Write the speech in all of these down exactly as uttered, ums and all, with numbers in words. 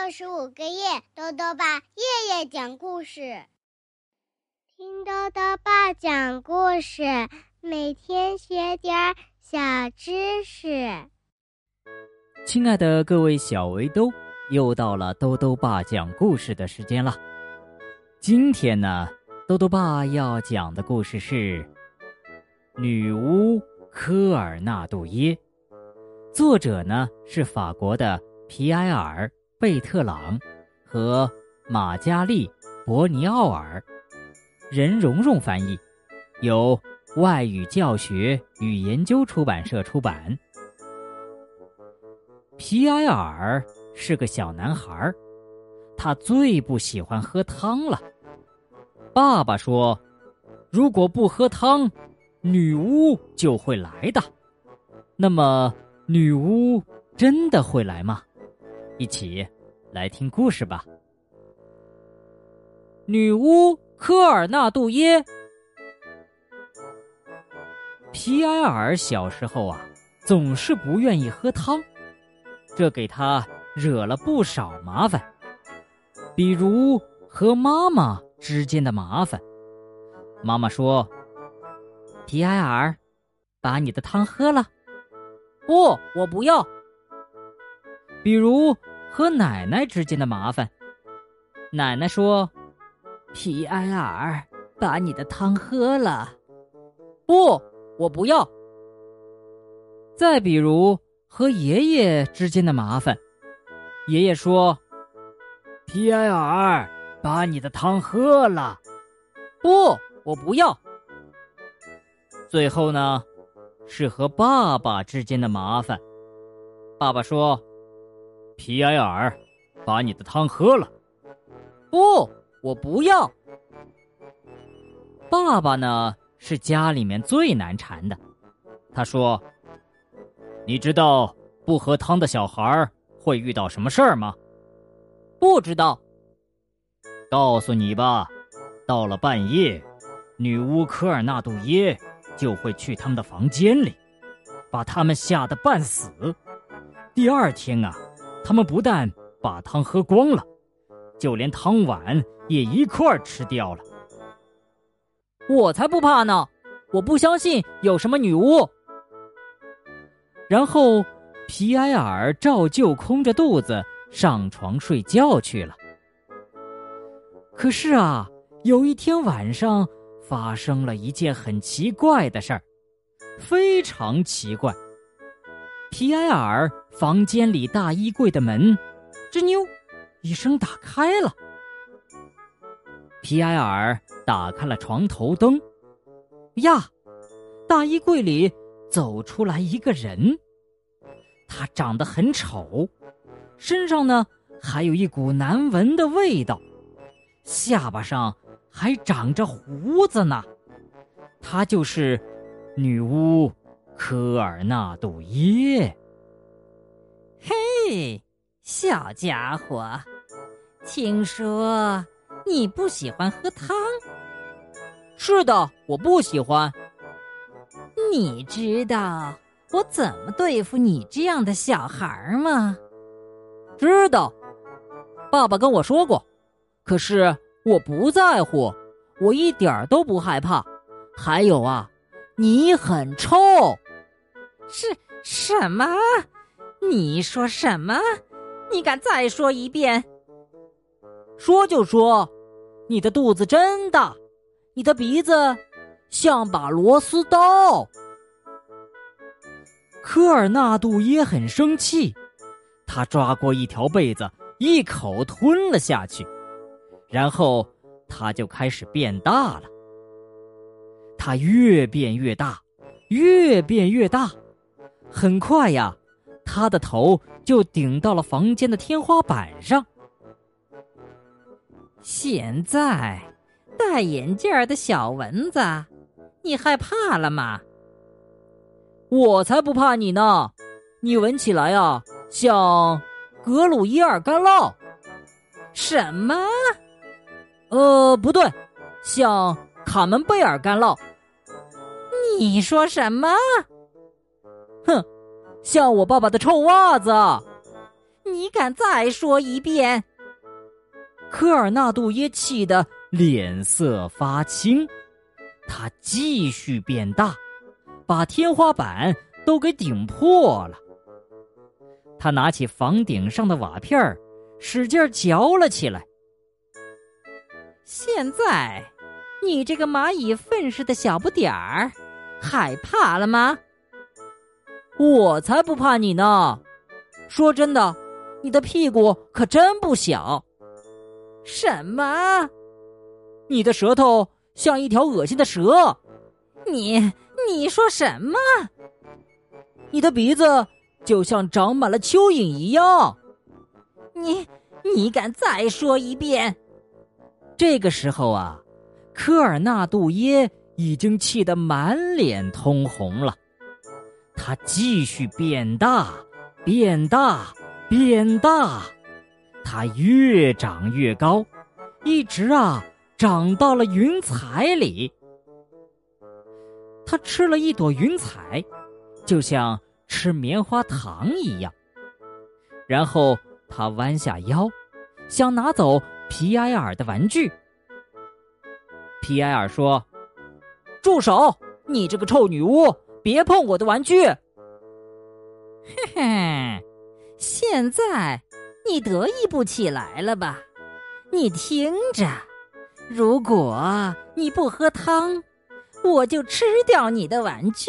六十五个夜，豆豆爸夜夜讲故事。听豆豆爸讲故事，每天学点小知识。 亲爱的各位小围兜，又到了豆豆爸讲故事的时间了。今天呢，豆豆爸要讲的故事是女巫科尔纳杜耶，作者呢是法国的皮埃尔·贝特朗和玛加丽·博尼奥尔，任蓉蓉翻译，由外语教学与研究出版社出版。皮埃尔是个小男孩，他最不喜欢喝汤了。爸爸说，如果不喝汤，女巫就会来的。那么，女巫真的会来吗？一起来听故事吧。女巫科尔纳杜耶。皮埃尔小时候啊，总是不愿意喝汤，这给他惹了不少麻烦，比如和妈妈之间的麻烦。妈妈说，皮埃尔，把你的汤喝了。不，我不要。比如和奶奶之间的麻烦，奶奶说，皮埃尔，把你的汤喝了。不，我不要。再比如和爷爷之间的麻烦，爷爷说，皮埃尔，把你的汤喝了。不，我不要。最后呢，是和爸爸之间的麻烦，爸爸说，皮埃尔，把你的汤喝了。不，我不要。爸爸呢，是家里面最难缠的。他说，你知道不喝汤的小孩会遇到什么事儿吗？不知道。告诉你吧，到了半夜，女巫科尔纳杜耶就会去他们的房间里，把他们吓得半死。第二天啊，他们不但把汤喝光了，就连汤碗也一块儿吃掉了。我才不怕呢，我不相信有什么女巫。然后皮埃尔照旧空着肚子上床睡觉去了。可是啊，有一天晚上发生了一件很奇怪的事儿，非常奇怪。皮埃尔房间里大衣柜的门吱扭一声打开了。皮埃尔打开了床头灯，呀，大衣柜里走出来一个人。他长得很丑，身上呢还有一股难闻的味道，下巴上还长着胡子呢。他就是女巫科尔纳杜耶。 嘿，小家伙，听说你不喜欢喝汤？ 是的，我不喜欢。 你知道我怎么对付你这样的小孩吗？ 知道，爸爸跟我说过。可是我不在乎，我一点都不害怕。还有啊，你很臭。 是什么？你说什么？你敢再说一遍？ 说就说，你的肚子真大，你的鼻子像把螺丝刀。科尔纳杜耶很生气，他抓过一条被子，一口吞了下去，然后他就开始变大了。他越变越大，越变越大，很快呀，他的头就顶到了房间的天花板上。 现在，戴眼镜的小蚊子，你害怕了吗？ 我才不怕你呢，你闻起来啊，像格鲁伊尔干酪。 什么？ 呃，不对，像卡门贝尔干酪。 你说什么？ 哼，像我爸爸的臭袜子。 你敢再说一遍？ 科尔纳杜耶气得脸色发青，他继续变大，把天花板都给顶破了。他拿起房顶上的瓦片儿，使劲嚼了起来。 现在，你这个蚂蚁粪似的小不点儿，害怕了吗？ 我才不怕你呢！说真的，你的屁股可真不小。 什么？ 你的舌头像一条恶心的蛇。 你你说什么？ 你的鼻子就像长满了蚯蚓一样。 你你敢再说一遍？ 这个时候啊，科尔纳杜耶已经气得满脸通红了。他继续变大，变大，变大，他越长越高，一直啊长到了云彩里。他吃了一朵云彩，就像吃棉花糖一样。然后他弯下腰，想拿走皮埃尔的玩具。皮埃尔说：“住手！你这个臭女巫，别碰我的玩具！” 嘿嘿，现在你得意不起来了吧？你听着，如果你不喝汤，我就吃掉你的玩具。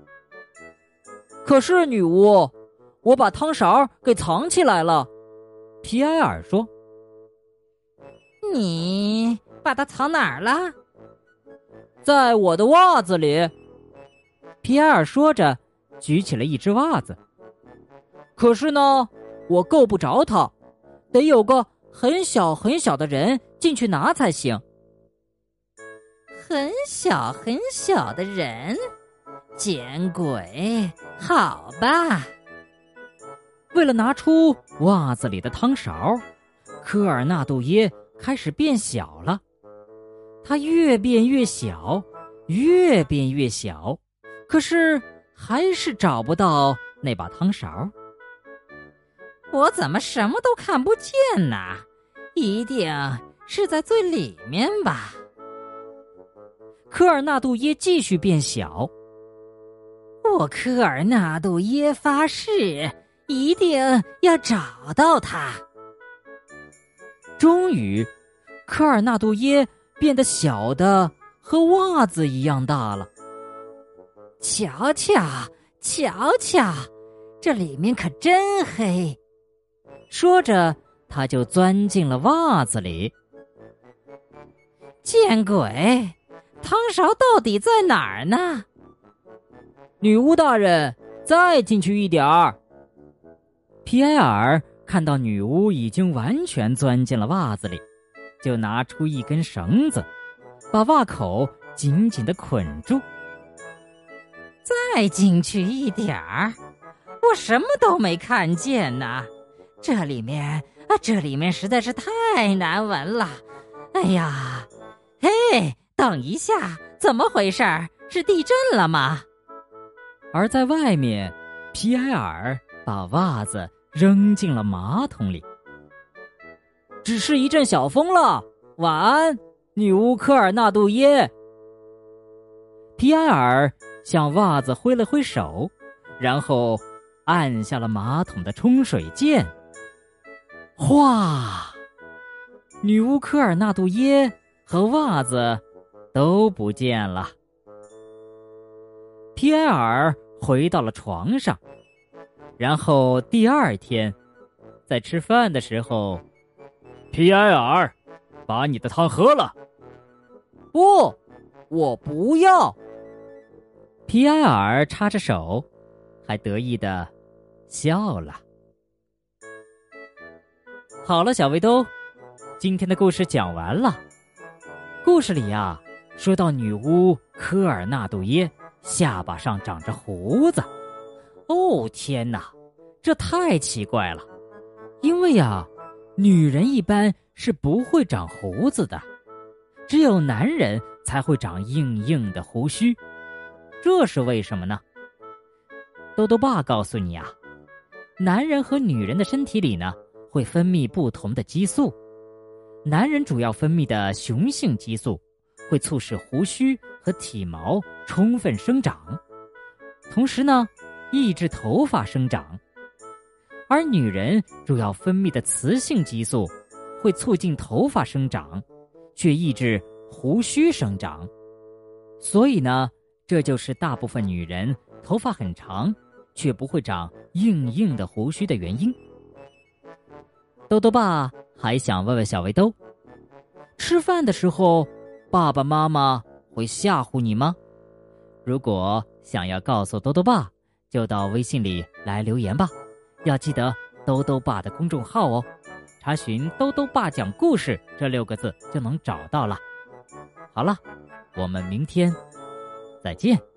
可是女巫，我把汤勺给藏起来了。皮埃尔说。 你把它藏哪儿了？ 在我的袜子里。皮埃尔说着，举起了一只袜子。可是呢，我够不着它，得有个很小很小的人进去拿才行。 很小很小的人，见鬼！好吧。 为了拿出袜子里的汤勺，科尔纳杜耶开始变小了。他越变越小，越变越小，可是还是找不到那把汤勺。 我怎么什么都看不见呢？一定是在最里面吧。 科尔纳杜耶继续变小。 我科尔纳杜耶发誓，一定要找到他。 终于，科尔纳杜耶变得小的和袜子一样大了。 瞧瞧，瞧瞧，这里面可真黑。 说着，他就钻进了袜子里。 见鬼！汤勺到底在哪儿呢？ 女巫大人，再进去一点儿。皮埃尔看到女巫已经完全钻进了袜子里，就拿出一根绳子，把袜口紧紧地捆住。 再进去一点儿，我什么都没看见呢。这里面啊，这里面实在是太难闻了。哎呀，嘿，等一下，怎么回事？是地震了吗？ 而在外面，皮埃尔把袜子扔进了马桶里。只是一阵小风了，晚安，女巫科尔纳杜耶。皮埃尔向袜子挥了挥手，然后按下了马桶的冲水键。哗！女巫科尔纳杜耶和袜子都不见了。皮埃尔回到了床上，然后第二天，在吃饭的时候，皮埃尔，把你的汤喝了。不，我不要。皮埃尔插着手，还得意地笑了。好了，小围兜，今天的故事讲完了。故事里呀，说到女巫科尔纳杜耶下巴上长着胡子。哦，天哪，这太奇怪了。因为呀，女人一般是不会长胡子的，只有男人才会长硬硬的胡须。这是为什么呢？豆豆爸告诉你啊， 男人和女人的身体里呢，会分泌不同的激素。男人主要分泌的雄性激素会促使胡须和体毛充分生长，同时呢，抑制头发生长。而女人主要分泌的雌性激素会促进头发生长，却抑制胡须生长。所以呢，这就是大部分女人头发很长，却不会长硬硬的胡须的原因。豆豆爸还想问问小围兜，吃饭的时候，爸爸妈妈会吓唬你吗？如果想要告诉豆豆爸，就到微信里来留言吧。要记得豆豆爸的公众号哦，查询豆豆爸讲故事这六个字就能找到了。好了，我们明天再见。